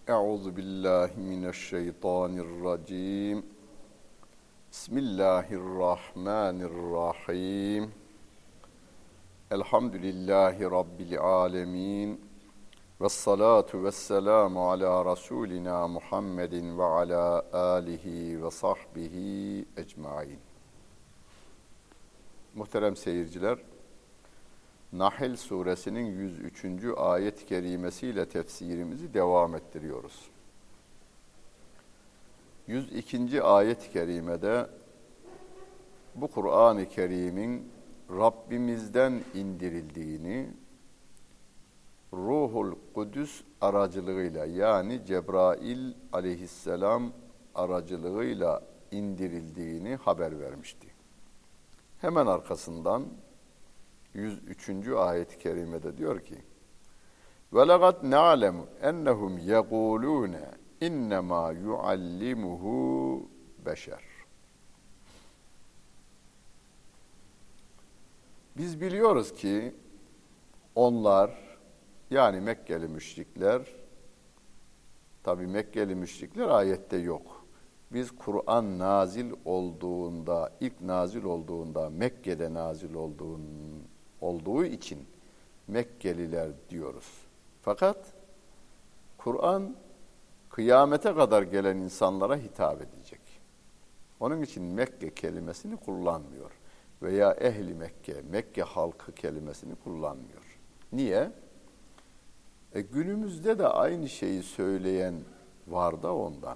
Euzu billahi mineşşeytanirracim. Bismillahirrahmanirrahim. Elhamdülillahi rabbil alamin. Vessalatu vesselamu ala rasulina Muhammedin ve ala alihi ve sahbihi ecmaîn. Muhterem seyirciler, Nahl suresinin 103. ayet-i kerimesiyle tefsirimizi devam ettiriyoruz. 102. ayet-i kerimede bu Kur'an-ı Kerim'in Rabbimizden indirildiğini, Ruhul Kudüs aracılığıyla yani Cebrail aleyhisselam aracılığıyla indirildiğini haber vermişti. Hemen arkasından 103. ayet-i kerimede diyor ki: وَلَقَدْ نَعْلَمُ اَنَّهُمْ يَقُولُونَ اِنَّمَا يُعَلِّمُهُ beşer. Biz biliyoruz ki onlar, yani Mekkeli müşrikler, tabi Mekkeli müşrikler ayette yok. Biz Kur'an nazil olduğunda, ilk nazil olduğunda Mekke'de nazil olduğu için Mekkeliler diyoruz. Fakat Kur'an kıyamete kadar gelen insanlara hitap edecek. Onun için Mekke kelimesini kullanmıyor. Veya ehli Mekke, Mekke halkı kelimesini kullanmıyor. Niye? Günümüzde de aynı şeyi söyleyen var da ondan.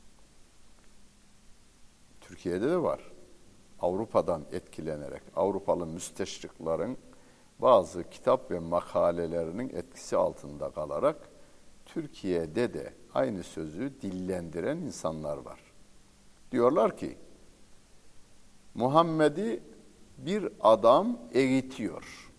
Türkiye'de de var. Avrupa'dan etkilenerek, Avrupalı müsteşriklerin bazı kitap ve makalelerinin etkisi altında kalarak Türkiye'de de aynı sözü dillendiren insanlar var. Diyorlar ki, Muhammed'i bir adam eğitiyor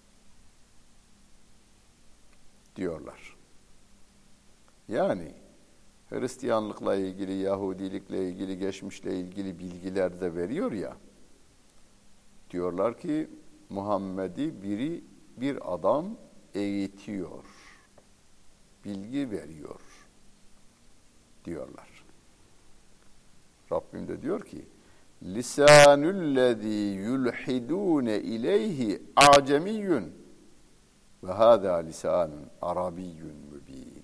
diyorlar. Yani Hristiyanlıkla ilgili, Yahudilikle ilgili, geçmişle ilgili bilgiler de veriyor ya. Diyorlar ki Muhammed'i bir adam eğitiyor, bilgi veriyor diyorlar. Rabbim de diyor ki lisanullezî yulhidûne ileyhi a'cemiyyun ve hâzâ lisanun arabiyyun mübîn.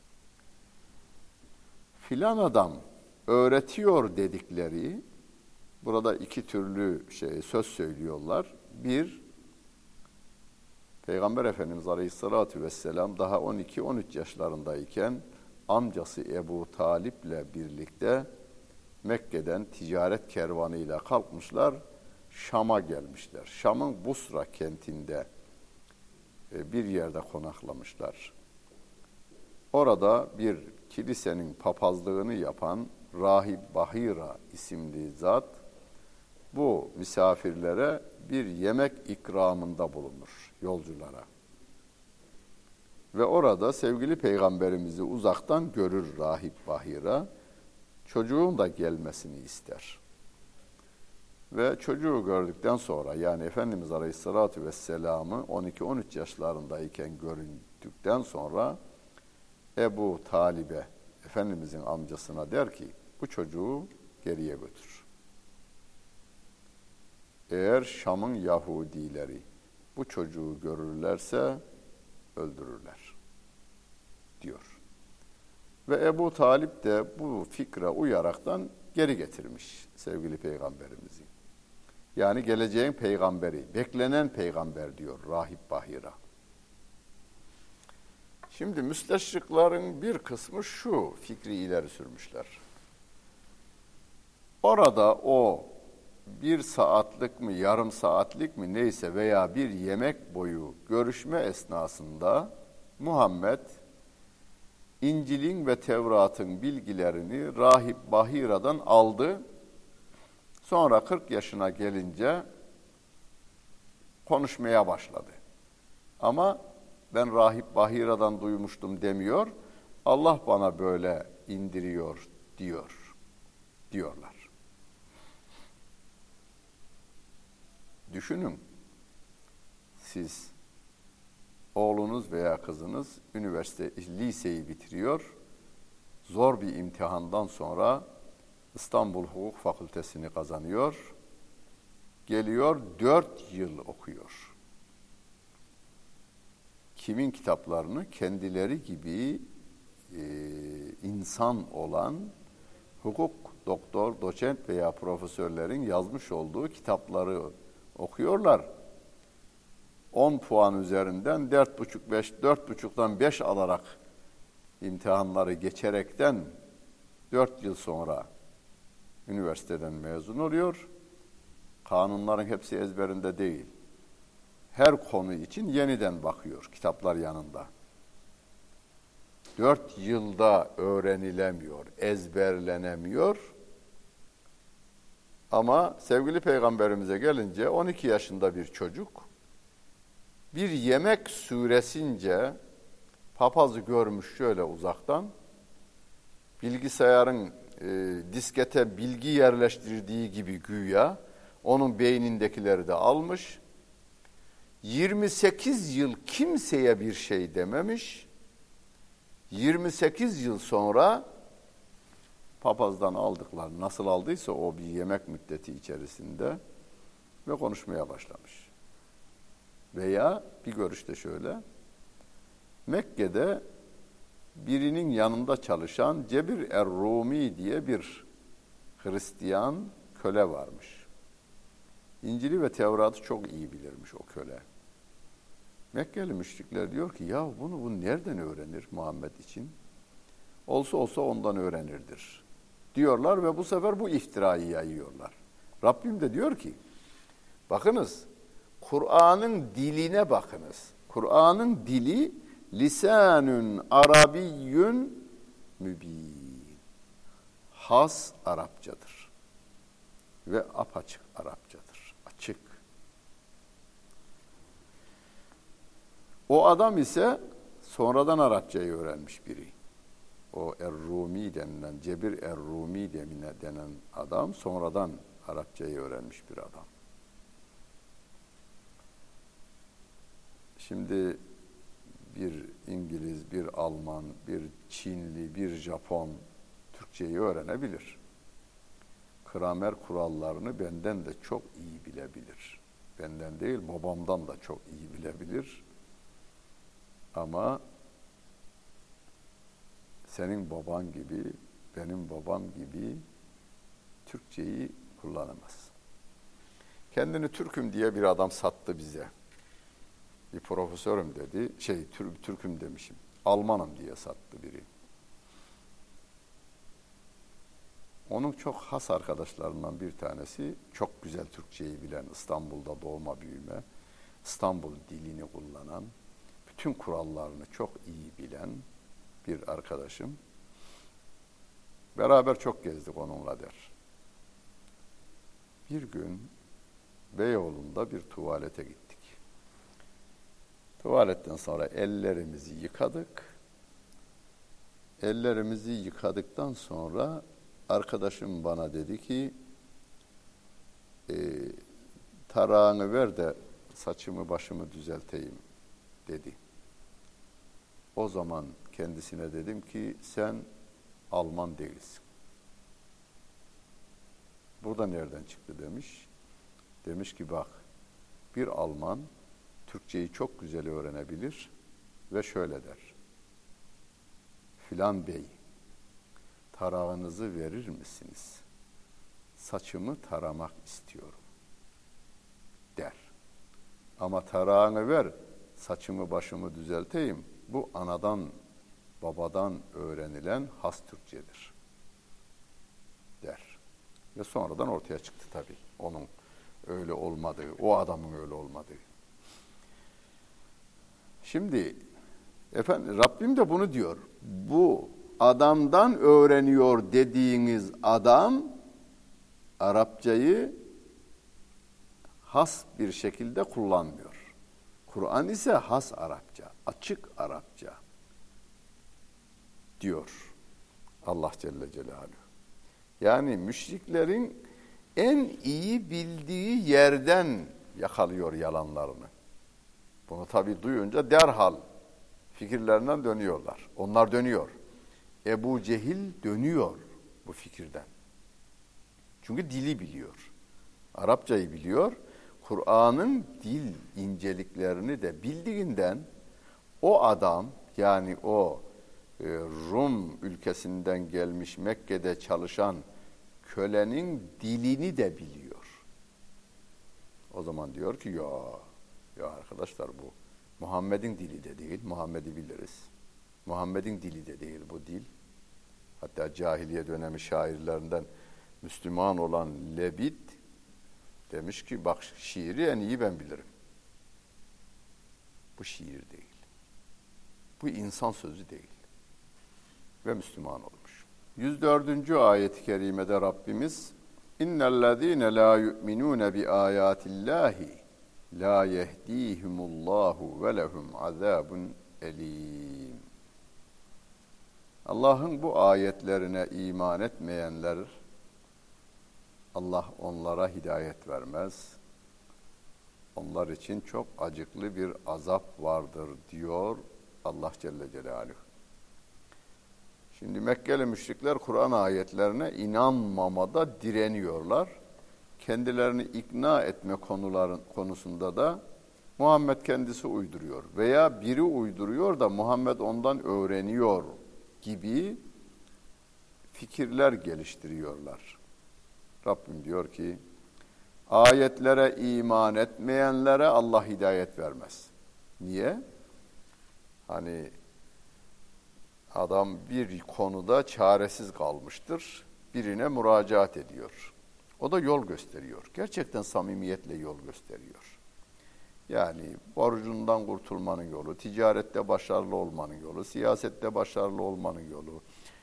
Filan adam öğretiyor dedikleri, burada iki türlü söz söylüyorlar. Bir, Peygamber Efendimiz Aleyhisselatü Vesselam daha 12-13 yaşlarındayken amcası Ebu Talip'le birlikte Mekke'den ticaret kervanıyla kalkmışlar, Şam'a gelmişler. Şam'ın Busra kentinde bir yerde konaklamışlar. Orada bir kilisenin papazlığını yapan Rahip Bahira isimli zat bu misafirlere bir yemek ikramında bulunur, yolculara. Ve orada sevgili Peygamberimizi uzaktan görür Rahip Bahira, çocuğun da gelmesini ister. Ve çocuğu gördükten sonra, yani Efendimiz Aleyhisselatü Vesselam'ı 12-13 yaşlarındayken göründükten sonra Ebu Talib'e, Efendimizin amcasına der ki, bu çocuğu geriye götür. Eğer Şam'ın Yahudileri bu çocuğu görürlerse öldürürler diyor. Ve Ebu Talip de bu fikre uyaraktan geri getirmiş sevgili Peygamberimizi. Yani geleceğin peygamberi, beklenen peygamber diyor Rahip Bahira. Şimdi müsteşriklerin bir kısmı şu fikri ileri sürmüşler. Orada o bir saatlik mi, yarım saatlik mi neyse veya bir yemek boyu görüşme esnasında Muhammed İncil'in ve Tevrat'ın bilgilerini Rahip Bahira'dan aldı. Sonra 40 yaşına gelince konuşmaya başladı. Ama ben Rahip Bahira'dan duymuştum demiyor. Allah bana böyle indiriyor diyorlar. Düşünün, oğlunuz veya kızınız liseyi bitiriyor, zor bir imtihandan sonra İstanbul Hukuk Fakültesini kazanıyor. Geliyor 4 yıl okuyor. Kimin kitaplarını? Kendileri gibi insan olan hukuk doktor, doçent veya profesörlerin yazmış olduğu kitapları okuyorlar. 10 puan üzerinden 4,5'dan 5 alarak imtihanları geçerekten 4 yıl sonra üniversiteden mezun oluyor. Kanunların hepsi ezberinde değil. Her konu için yeniden bakıyor kitaplar yanında. 4 yılda öğrenilemiyor, ezberlenemiyor. Ama sevgili Peygamberimize gelince 12 yaşında bir çocuk bir yemek süresince papazı görmüş şöyle uzaktan, bilgisayarın diskete bilgi yerleştirdiği gibi güya onun beynindekileri de almış. 28 yıl kimseye bir şey dememiş. 28 yıl sonra papazdan aldıklar, nasıl aldıysa o bir yemek müddeti içerisinde ve konuşmaya başlamış. Veya bir görüşte şöyle, Mekke'de birinin yanında çalışan Cebir er-Rumi diye bir Hristiyan köle varmış. İncil'i ve Tevrat'ı çok iyi bilirmiş o köle. Mekkeli müşrikler diyor ki ya bunu nereden öğrenir Muhammed için? Olsa ondan öğrenirdir diyorlar ve bu sefer bu iftirayı yayıyorlar. Rabbim de diyor ki bakınız Kur'an'ın diline bakınız. Kur'an'ın dili lisanun arabiyyun mübin. Has Arapçadır. Ve apaçık Arapçadır. Açık. O adam ise sonradan Arapçayı öğrenmiş biri. O Er-Rumi denilen, Cebir Er-Rumi denen adam sonradan Arapçayı öğrenmiş bir adam. Şimdi bir İngiliz, bir Alman, bir Çinli, bir Japon Türkçeyi öğrenebilir. Gramer kurallarını benden de çok iyi bilebilir. Benden değil, babamdan da çok iyi bilebilir. Ama senin baban gibi, benim babam gibi Türkçeyi kullanamaz. Kendini Türk'üm diye bir adam sattı bize. Bir profesörüm dedi, Türk'üm demişim, Almanım diye sattı biri. Onun çok has arkadaşlarından bir tanesi, çok güzel Türkçeyi bilen, İstanbul'da doğma büyüme, İstanbul dilini kullanan, bütün kurallarını çok iyi bilen bir arkadaşım. Beraber çok gezdik onunla der. Bir gün Beyoğlu'nda bir tuvalete gittik. Tuvaletten sonra ellerimizi yıkadık. Ellerimizi yıkadıktan sonra arkadaşım bana dedi ki tarağını ver de saçımı başımı düzelteyim dedi. O zaman kendisine dedim ki sen Alman değilsin. Burada nereden çıktı demiş. Demiş ki bak bir Alman Türkçeyi çok güzel öğrenebilir ve şöyle der. Filan bey tarağınızı verir misiniz? Saçımı taramak istiyorum der. Ama tarağını ver, saçımı başımı düzelteyim. Bu anadan, babadan öğrenilen has Türkçedir der. Ve sonradan ortaya çıktı tabii. Onun öyle olmadığı, o adamın öyle olmadığı. Şimdi Rabbim de bunu diyor. Bu adamdan öğreniyor dediğiniz adam Arapçayı has bir şekilde kullanmıyor. Kur'an ise has Arapça, açık Arapça diyor Allah Celle Celaluhu. Yani müşriklerin en iyi bildiği yerden yakalıyor yalanlarını. Bunu tabii duyunca derhal fikirlerinden dönüyorlar. Onlar dönüyor. Ebu Cehil dönüyor bu fikirden. Çünkü dili biliyor. Arapçayı biliyor. Kur'an'ın dil inceliklerini de bildiğinden o adam, yani o Rum ülkesinden gelmiş Mekke'de çalışan kölenin dilini de biliyor. O zaman diyor ki ya arkadaşlar, bu Muhammed'in dili de değil, Muhammed'i biliriz. Muhammed'in dili de değil bu dil. Hatta cahiliye dönemi şairlerinden Müslüman olan Lebit demiş ki bak, şiiri en iyi ben bilirim. Bu şiir değil. Bu insan sözü değil. Ve Müslüman olmuş. 104. ayet-i kerimede Rabbimiz İnnellezîne lâ yu'minûne bi âyâtillâhi lâ yehdîhumullâhu ve lehum azâbun elîm. Allah'ın bu ayetlerine iman etmeyenler, Allah onlara hidayet vermez. Onlar için çok acıklı bir azap vardır diyor Allah Celle Celaluhu. Şimdi Mekkeli müşrikler Kur'an ayetlerine inanmamada direniyorlar. Kendilerini ikna etme konusunda da Muhammed kendisi uyduruyor veya biri uyduruyor da Muhammed ondan öğreniyor gibi fikirler geliştiriyorlar. Rabbim diyor ki, ayetlere iman etmeyenlere Allah hidayet vermez. Niye? Hani adam bir konuda çaresiz kalmıştır, birine müracaat ediyor. O da yol gösteriyor. Gerçekten samimiyetle yol gösteriyor. Yani borcundan kurtulmanın yolu, ticarette başarılı olmanın yolu, siyasette başarılı olmanın yolu,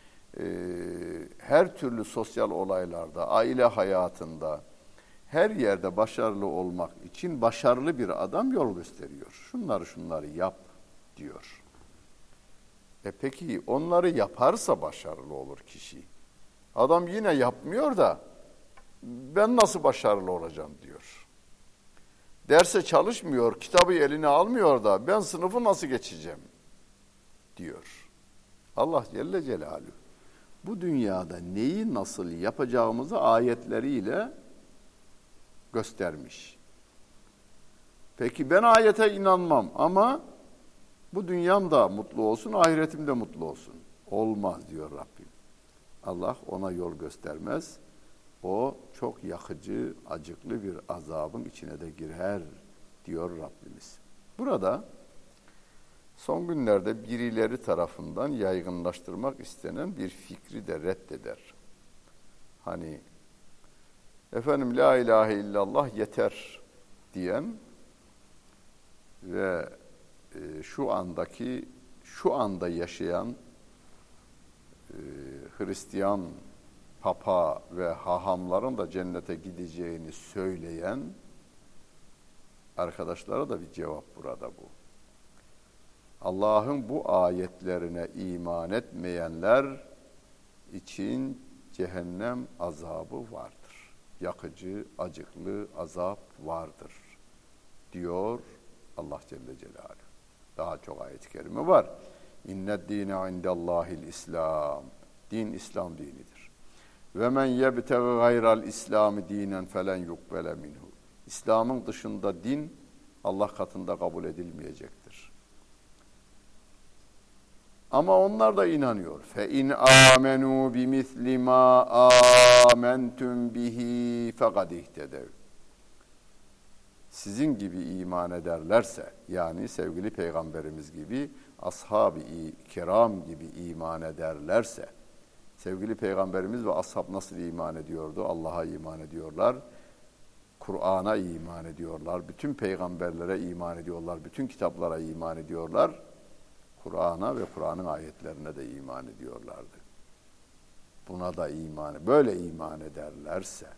her türlü sosyal olaylarda, aile hayatında, her yerde başarılı olmak için başarılı bir adam yol gösteriyor. Şunları yap diyor. Peki onları yaparsa başarılı olur kişi. Adam yine yapmıyor da ben nasıl başarılı olacağım diyor. Derse çalışmıyor, kitabı eline almıyor da ben sınıfı nasıl geçeceğim diyor. Allah Celle Celaluhu bu dünyada neyi nasıl yapacağımızı ayetleriyle göstermiş. Peki ben ayete inanmam ama bu dünyam da mutlu olsun, ahiretim de mutlu olsun. Olmaz diyor Rabbim. Allah ona yol göstermez. O çok yakıcı, acıklı bir azabın içine de girer diyor Rabbimiz. Burada son günlerde birileri tarafından yaygınlaştırmak istenen bir fikri de reddeder. Hani efendim la ilahe illallah yeter diyen ve şu anda yaşayan Hristiyan papa ve hahamların da cennete gideceğini söyleyen arkadaşlara da bir cevap burada bu. Allah'ın bu ayetlerine iman etmeyenler için cehennem azabı vardır. Yakıcı, acıklı azap vardır diyor Allah Celle Celaluhu. Daha çok ayet-i kerime var. İnned dîne indellâhil İslam. Din İslam dinidir. Ve men yebtegi gayral İslami dinen felen yukbele minhu. İslam'ın dışında din Allah katında kabul edilmeyecektir. Ama onlar da inanıyor. Fe in amenu bimisli ma amentum bihi fekad ihtedev. Sizin gibi iman ederlerse, yani sevgili peygamberimiz gibi, ashab-ı kiram gibi iman ederlerse, sevgili peygamberimiz ve ashab nasıl iman ediyordu? Allah'a iman ediyorlar, Kur'an'a iman ediyorlar, bütün peygamberlere iman ediyorlar, bütün kitaplara iman ediyorlar, Kur'an'a ve Kur'an'ın ayetlerine de iman ediyorlardı. Buna da böyle iman ederlerse,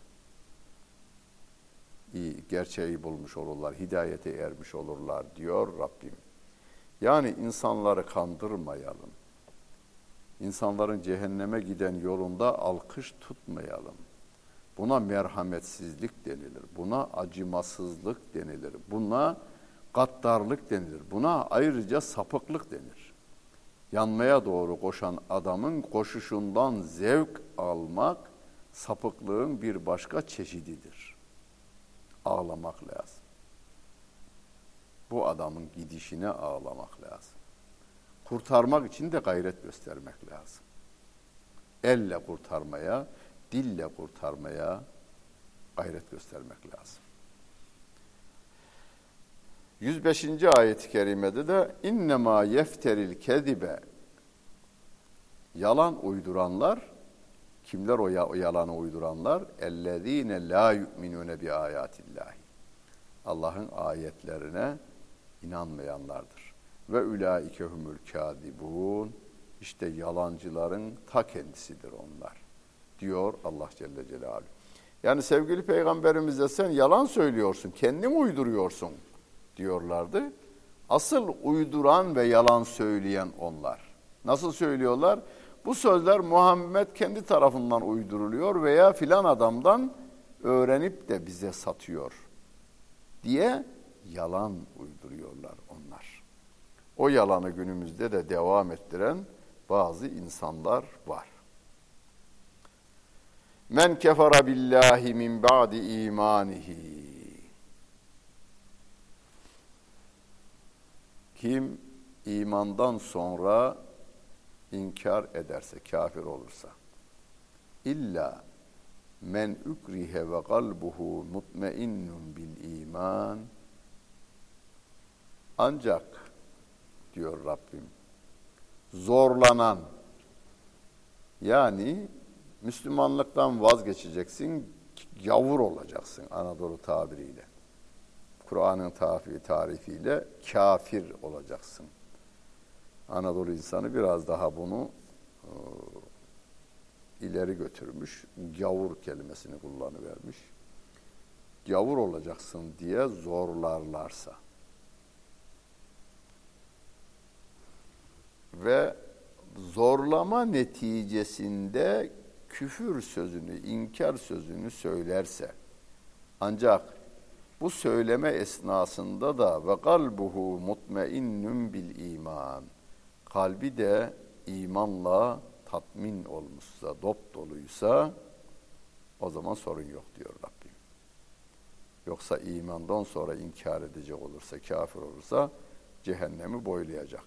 gerçeği bulmuş olurlar, hidayete ermiş olurlar diyor Rabbim. Yani insanları kandırmayalım. İnsanların cehenneme giden yolunda alkış tutmayalım. Buna merhametsizlik denilir. Buna acımasızlık denilir. Buna gaddarlık denilir. Buna ayrıca sapıklık denir. yanmaya doğru koşan adamın koşuşundan zevk almak sapıklığın bir başka çeşididir. Ağlamak lazım. Bu adamın gidişine ağlamak lazım. Kurtarmak için de gayret göstermek lazım. Elle kurtarmaya, dille kurtarmaya gayret göstermek lazım. 105. ayet-i kerimede de innema yefteril kezibe, yalan uyduranlar, kimler o yalanı uyduranlar? Ellezine la yu'minune bi ayatillahi, Allah'ın ayetlerine inanmayanlardır. Ve ulaike humul kâzibûn, işte yalancıların ta kendisidir onlar, diyor Allah Celle Celaluhu. Yani sevgili Peygamberimize sen yalan söylüyorsun, kendin uyduruyorsun diyorlardı. Asıl uyduran ve yalan söyleyen onlar. Nasıl söylüyorlar? Bu sözler Muhammed kendi tarafından uyduruluyor veya filan adamdan öğrenip de bize satıyor diye yalan uyduruyorlar onlar. O yalanı günümüzde de devam ettiren bazı insanlar var. Men kefara billahi min ba'di imanihi. Kim imandan sonra inkar ederse, kafir olursa, İlla men ukrihe ve kalbuhu mutmainnun bil iman, ancak diyor Rabbim, zorlanan, yani Müslümanlıktan vazgeçeceksin, gavur olacaksın Anadolu tabiriyle. Kur'an'ın tarifiyle kafir olacaksın. Anadolu insanı biraz daha bunu ileri götürmüş. Gavur kelimesini kullanıvermiş. Gavur olacaksın diye zorlarlarsa ve zorlama neticesinde küfür sözünü, inkar sözünü söylerse, ancak bu söyleme esnasında da ve kalbuhu mutmainnun bil iman, kalbi de imanla tatmin olmuşsa, dop doluysa, o zaman sorun yok diyor Rabbim. Yoksa imandan sonra inkar edecek olursa, kafir olursa cehennemi boylayacak.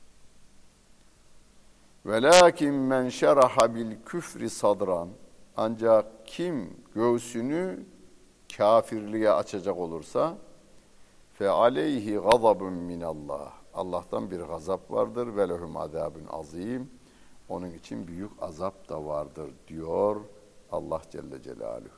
Velakin men şeraha bil küfri sadran, ancak kim göğsünü kafirliğe açacak olursa fe aleyhi gazabun minallah, Allah'tan bir gazap vardır ve lehum azabun azim, onun için büyük azap da vardır diyor Allah Celle Celaluhu.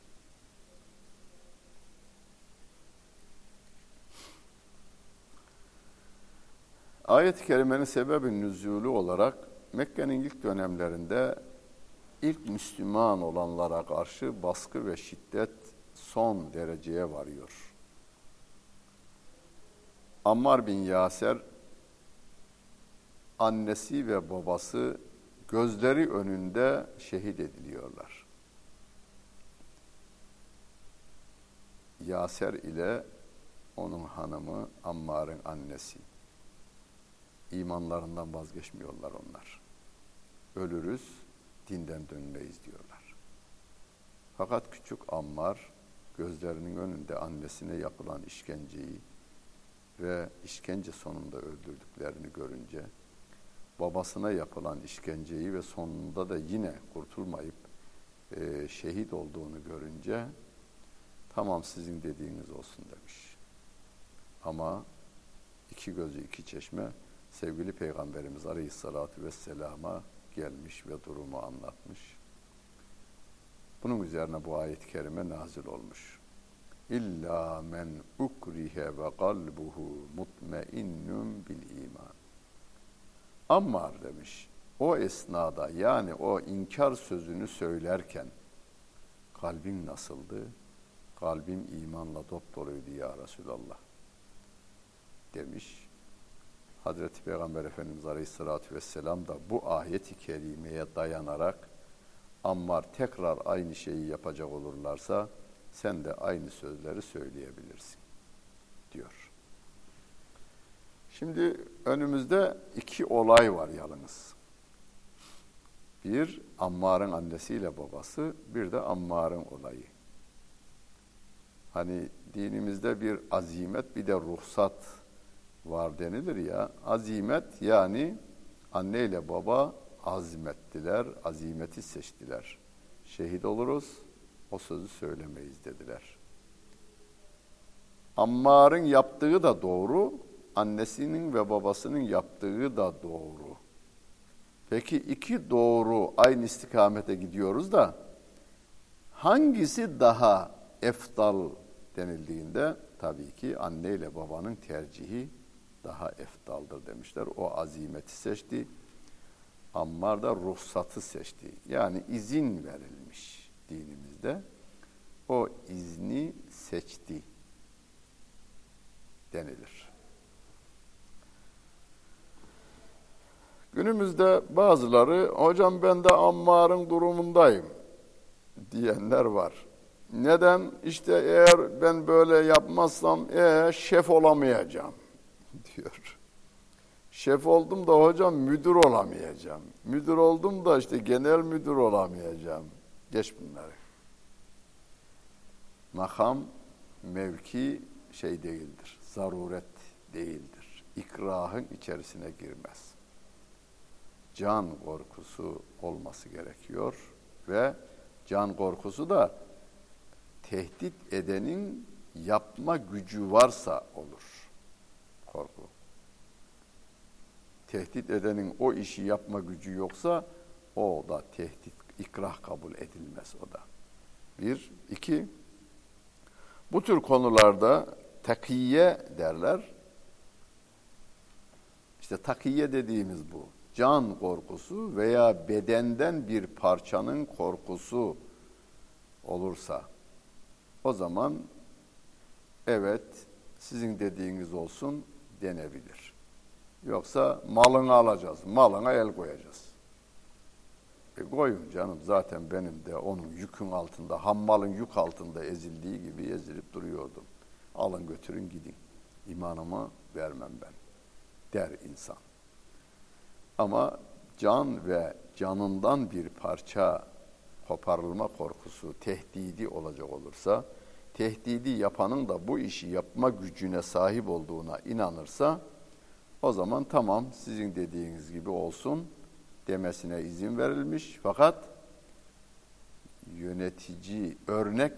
Ayet-i kerimenin sebebi nüzulü olarak Mekke'nin ilk dönemlerinde ilk Müslüman olanlara karşı baskı ve şiddet son dereceye varıyor. Ammar bin Yaser, annesi ve babası gözleri önünde şehit ediliyorlar. Yaser ile onun hanımı Ammar'ın annesi. İmanlarından vazgeçmiyorlar onlar. Ölürüz, dinden dönmeyiz diyorlar. Fakat küçük Ammar gözlerinin önünde annesine yapılan işkenceyi ve işkence sonunda öldürdüklerini görünce, babasına yapılan işkenceyi ve sonunda da yine kurtulmayıp şehit olduğunu görünce, tamam sizin dediğiniz olsun demiş. Ama iki gözü iki çeşme sevgili Peygamberimiz Aleyhisselatü Vesselam'a gelmiş ve durumu anlatmış. Bunun üzerine bu ayet-i kerime nazil olmuş. İlla men ukrihe ve kalbuhu mutmainnun bil iman. Ammar demiş, o esnada, yani o inkar sözünü söylerken kalbin nasıldı? Kalbim imanla dopdoluydu ya Resulallah demiş. Hazreti Peygamber Efendimiz Aleyhisselatü Vesselam da bu ayet-i kerimeye dayanarak, Ammar tekrar aynı şeyi yapacak olurlarsa sen de aynı sözleri söyleyebilirsin diyor. Şimdi önümüzde iki olay var yalnız. Bir, Ammar'ın annesiyle babası, bir de Ammar'ın olayı. Hani dinimizde bir azimet, bir de ruhsat var denilir ya. Azimet yani anne ile baba azmettiler, azimeti seçtiler. Şehit oluruz, o sözü söylemeyiz dediler. Ammar'ın yaptığı da doğru, annesinin ve babasının yaptığı da doğru. Peki iki doğru aynı istikamete gidiyoruz da hangisi daha efdal denildiğinde tabii ki anne ile babanın tercihi daha efdaldır demişler. O azimeti seçti. Ammar da ruhsatı seçti. Yani izin verilmiş dinimizde. O izni seçti denilir. Günümüzde bazıları hocam ben de Ammar'ın durumundayım diyenler var. Neden? İşte eğer ben böyle yapmazsam şef olamayacağım diyor. Şef oldum da hocam müdür olamayacağım. Müdür oldum da işte genel müdür olamayacağım. Geç bunları. Makam, mevki şey değildir. Zaruret değildir. İkrahın içerisine girmez. Can korkusu olması gerekiyor ve can korkusu da tehdit edenin yapma gücü varsa olur korku. Tehdit edenin o işi yapma gücü yoksa o da tehdit, ikrah kabul edilmez o da. Bir, iki, bu tür konularda takiye derler. İşte takiye dediğimiz bu. Can korkusu veya bedenden bir parçanın korkusu olursa o zaman evet sizin dediğiniz olsun denebilir. Yoksa malını alacağız, malına el koyacağız. Koyun canım zaten benim de onun yükün altında, hammalın yük altında ezildiği gibi ezilip duruyordum. Alın götürün gidin. İmanımı vermem ben der insan. Ama can ve canından bir parça koparılma korkusu, tehdidi olacak olursa, tehdidi yapanın da bu işi yapma gücüne sahip olduğuna inanırsa, o zaman tamam sizin dediğiniz gibi olsun demesine izin verilmiş. Fakat yönetici, örnek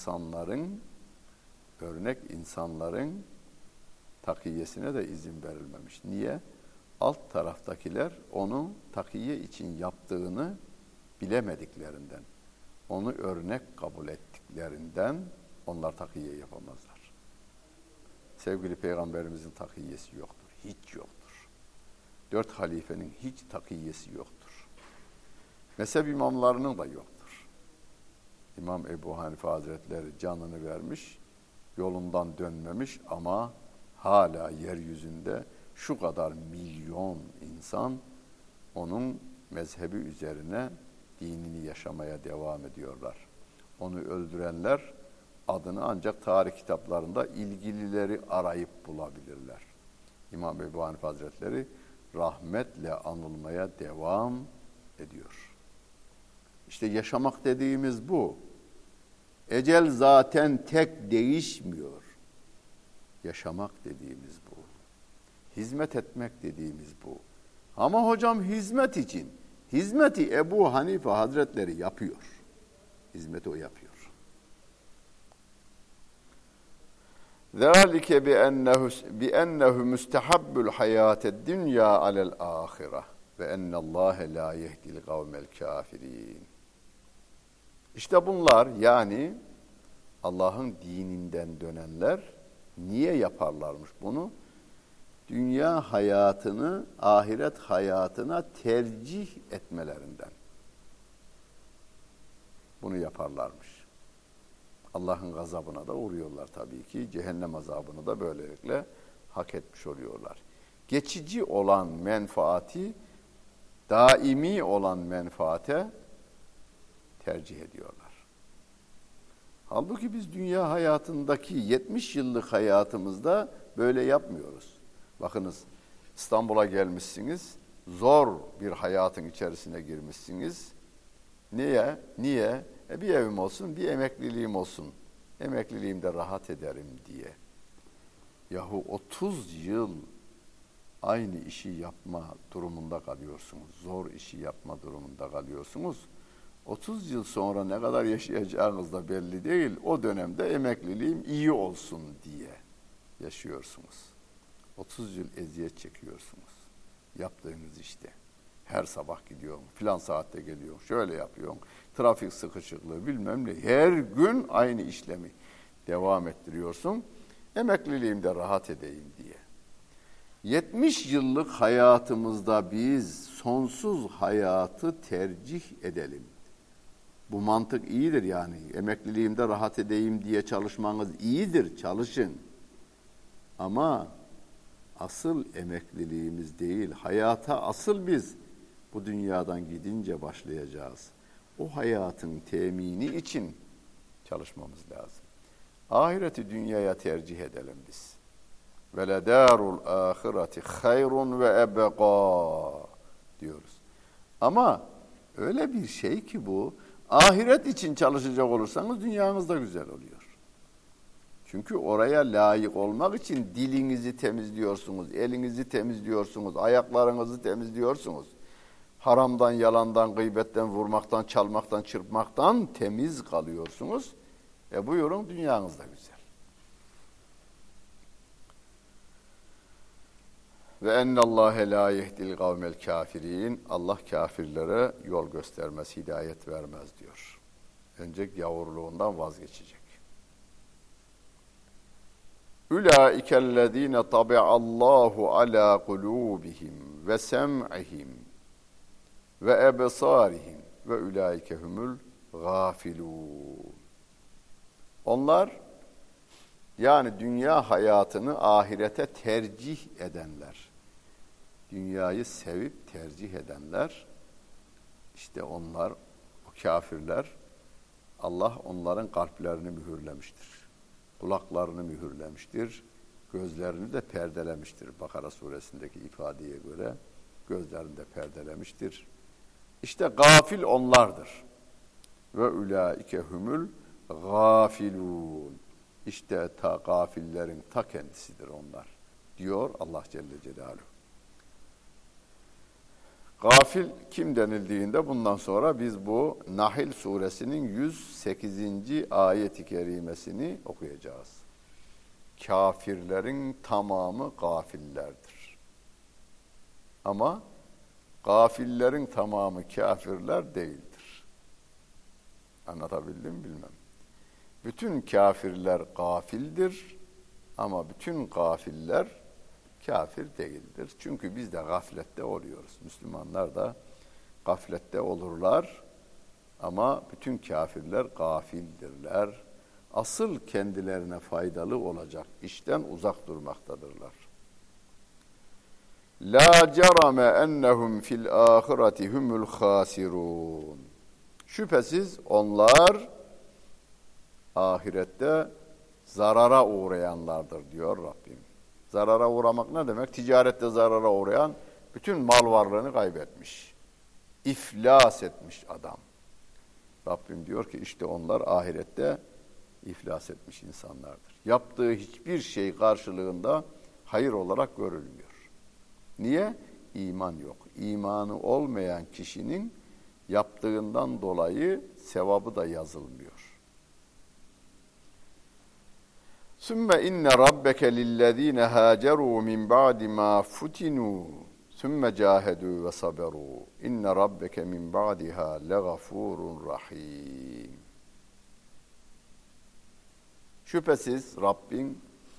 insanların takiyesine de izin verilmemiş. Niye? Alt taraftakiler onu takiye için yaptığını bilemediklerinden, onu örnek kabul ettiklerinden onlar takiye yapamazlar. Sevgili Peygamberimizin takiyesi yoktur, hiç yoktur. 4 halifenin hiç takiyesi yoktur. Mezhep imamlarının da yoktur. İmam Ebu Hanife Hazretleri canını vermiş, yolundan dönmemiş ama hala yeryüzünde şu kadar milyon insan onun mezhebi üzerine dinini yaşamaya devam ediyorlar. Onu öldürenler adını ancak tarih kitaplarında ilgilileri arayıp bulabilirler. İmam Ebu Hanife Hazretleri rahmetle anılmaya devam ediyor. İşte yaşamak dediğimiz bu. Ecel zaten tek değişmiyor. Yaşamak dediğimiz bu. Hizmet etmek dediğimiz bu. Ama hocam hizmet için, hizmeti Ebu Hanife Hazretleri yapıyor. Hizmeti o yapıyor. ذَٰلِكَ بِأَنَّهُ مُسْتَحَبُّ الْحَيَاةِ الدُّنْيَا عَلَى الْآخِرَةِ وَاَنَّ اللّٰهَ لَا يَهْدِي الْقَوْمَ الْكَافِرِينَ. İşte bunlar yani Allah'ın dininden dönenler niye yaparlarmış bunu? Dünya hayatını ahiret hayatına tercih etmelerinden. Bunu yaparlarmış. Allah'ın gazabına da uğruyorlar tabii ki. Cehennem azabını da böylelikle hak etmiş oluyorlar. Geçici olan menfaati, daimi olan menfaate tercih ediyorlar. Halbuki biz dünya hayatındaki 70 yıllık hayatımızda böyle yapmıyoruz. Bakınız, İstanbul'a gelmişsiniz, zor bir hayatın içerisine girmişsiniz. Niye? Bir evim olsun, bir emekliliğim olsun. Emekliliğimde rahat ederim diye. Yahu 30 yıl aynı işi yapma durumunda kalıyorsunuz. Zor işi yapma durumunda kalıyorsunuz. 30 yıl sonra ne kadar yaşayacağınız da belli değil. O dönemde emekliliğim iyi olsun diye yaşıyorsunuz. 30 yıl eziyet çekiyorsunuz. Yaptığınız işte. Her sabah gidiyorum, filan saatte geliyorum, şöyle yapıyorum. Trafik sıkışıklığı bilmem ne. Her gün aynı işlemi devam ettiriyorsun. Emekliliğimde rahat edeyim diye. 70 yıllık hayatımızda biz sonsuz hayatı tercih edelim. Bu mantık iyidir yani. Emekliliğimde rahat edeyim diye çalışmanız iyidir, çalışın. Ama asıl emekliliğimiz değil, hayata asıl biz bu dünyadan gidince başlayacağız. O hayatın temini için çalışmamız lazım. Ahireti dünyaya tercih edelim biz. Ve ledârul âhireti hayrun ve ebegâ diyoruz. Ama öyle bir şey ki bu, ahiret için çalışacak olursanız dünyanız da güzel oluyor. Çünkü oraya layık olmak için dilinizi temizliyorsunuz, elinizi temizliyorsunuz, ayaklarınızı temizliyorsunuz. Haramdan, yalandan, gıybetten, vurmaktan, çalmaktan, çırpmaktan temiz kalıyorsunuz. Buyurun, dünyanız da güzel. Ve ennallâhe lâ yehdil kavmel kâfirîn. Allah kafirlere yol göstermez, hidayet vermez diyor. Önce gavurluğundan vazgeçecek. Ulaikellezîne tabi'allâhu alâ kulûbihim ve sem'ihim ve ebsârihim ve ulaike humul gâfilûn. Onlar, yani dünya hayatını ahirete tercih edenler, dünyayı sevip tercih edenler, işte onlar, o kafirler, Allah onların kalplerini mühürlemiştir. Kulaklarını mühürlemiştir, gözlerini de perdelemiştir. Bakara suresindeki ifadeye göre gözlerini de perdelemiştir. İşte gafil onlardır. Ve ulaike humul gafilun. İşte gafillerin ta kendisidir onlar, diyor Allah Celle Celaluhu. Gafil kim denildiğinde bundan sonra biz bu Nahl suresinin 108. ayet-i kerimesini okuyacağız. Kafirlerin tamamı gafillerdir. Ama gafillerin tamamı kafirler değildir. Anlatabildim mi bilmem. Bütün kafirler gafildir ama bütün gafiller kafir değildir. Çünkü biz de gaflette oluyoruz. Müslümanlar da gaflette olurlar ama bütün kafirler gafildirler. Asıl kendilerine faydalı olacak işten uzak durmaktadırlar. La cerame ennehum fil ahireti humul khasirun. Şüphesiz onlar ahirette zarara uğrayanlardır diyor Rabbim. Zarara uğramak ne demek? Ticarette zarara uğrayan bütün mal varlığını kaybetmiş. İflas etmiş adam. Rabbim diyor ki işte onlar ahirette iflas etmiş insanlardır. Yaptığı hiçbir şey karşılığında hayır olarak görülmüyor. Niye? İman yok. İmanı olmayan kişinin yaptığından dolayı sevabı da yazılmıyor. Sümme inne rabbeke lillezine haceru min ba'di ma futinu sümme cahedu ve saberu inne rabbeke min ba'diha legafurun rahim. Şüphesiz Rabbin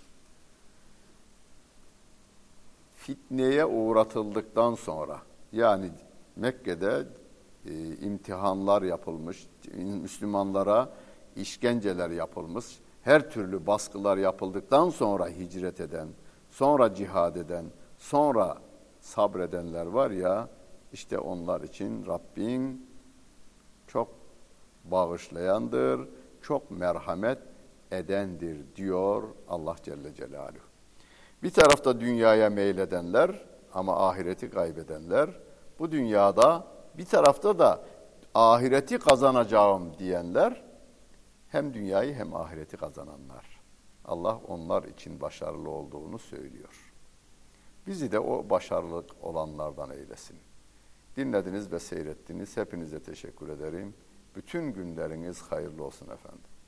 fitneye uğratıldıktan sonra, yani Mekke'de imtihanlar yapılmış, Müslümanlara işkenceler yapılmış, her türlü baskılar yapıldıktan sonra hicret eden, sonra cihad eden, sonra sabredenler var ya, işte onlar için Rabbin çok bağışlayandır, çok merhamet edendir diyor Allah Celle Celaluhu. Bir tarafta dünyaya meyledenler ama ahireti kaybedenler, bu dünyada bir tarafta da ahireti kazanacağım diyenler, hem dünyayı hem ahireti kazananlar. Allah onlar için başarılı olduğunu söylüyor. Bizi de o başarılı olanlardan eylesin. Dinlediniz ve seyrettiniz. Hepinize teşekkür ederim. Bütün günleriniz hayırlı olsun efendim.